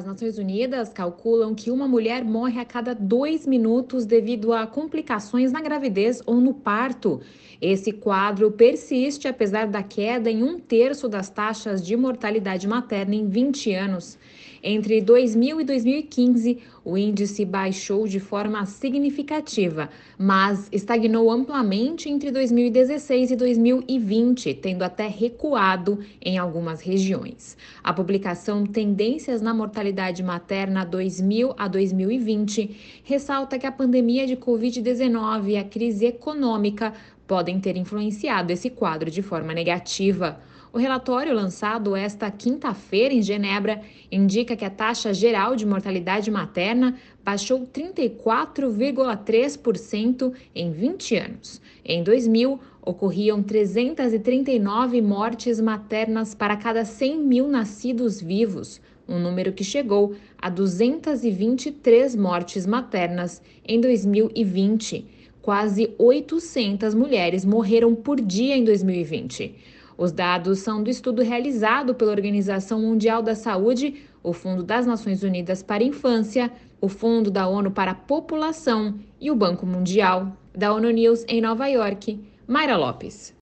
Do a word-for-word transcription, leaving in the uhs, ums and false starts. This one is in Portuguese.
As Nações Unidas calculam que uma mulher morre a cada dois minutos devido a complicações na gravidez ou no parto. Esse quadro persiste apesar da queda em um terço das taxas de mortalidade materna em vinte anos. Entre dois mil e dois mil e quinze, o índice baixou de forma significativa, mas estagnou amplamente entre dois mil e dezesseis e dois mil e vinte, tendo até recuado em algumas regiões. A publicação Tendências na Mortalidade Materna dois mil a dois mil e vinte ressalta que a pandemia de covid dezenove e a crise econômica podem ter influenciado esse quadro de forma negativa. O relatório lançado esta quinta-feira em Genebra indica que a taxa geral de mortalidade materna baixou trinta e quatro vírgula três por cento em vinte anos. Em dois mil, ocorriam trezentas e trinta e nove mortes maternas para cada cem mil nascidos vivos, um número que chegou a duzentas e vinte e três mortes maternas em dois mil e vinte. Quase oitocentas mulheres morreram por dia em dois mil e vinte. Os dados são do estudo realizado pela Organização Mundial da Saúde, o Fundo das Nações Unidas para a Infância, o Fundo da ONU para a População e o Banco Mundial. Da ONU News em Nova York, Mayra Lopes.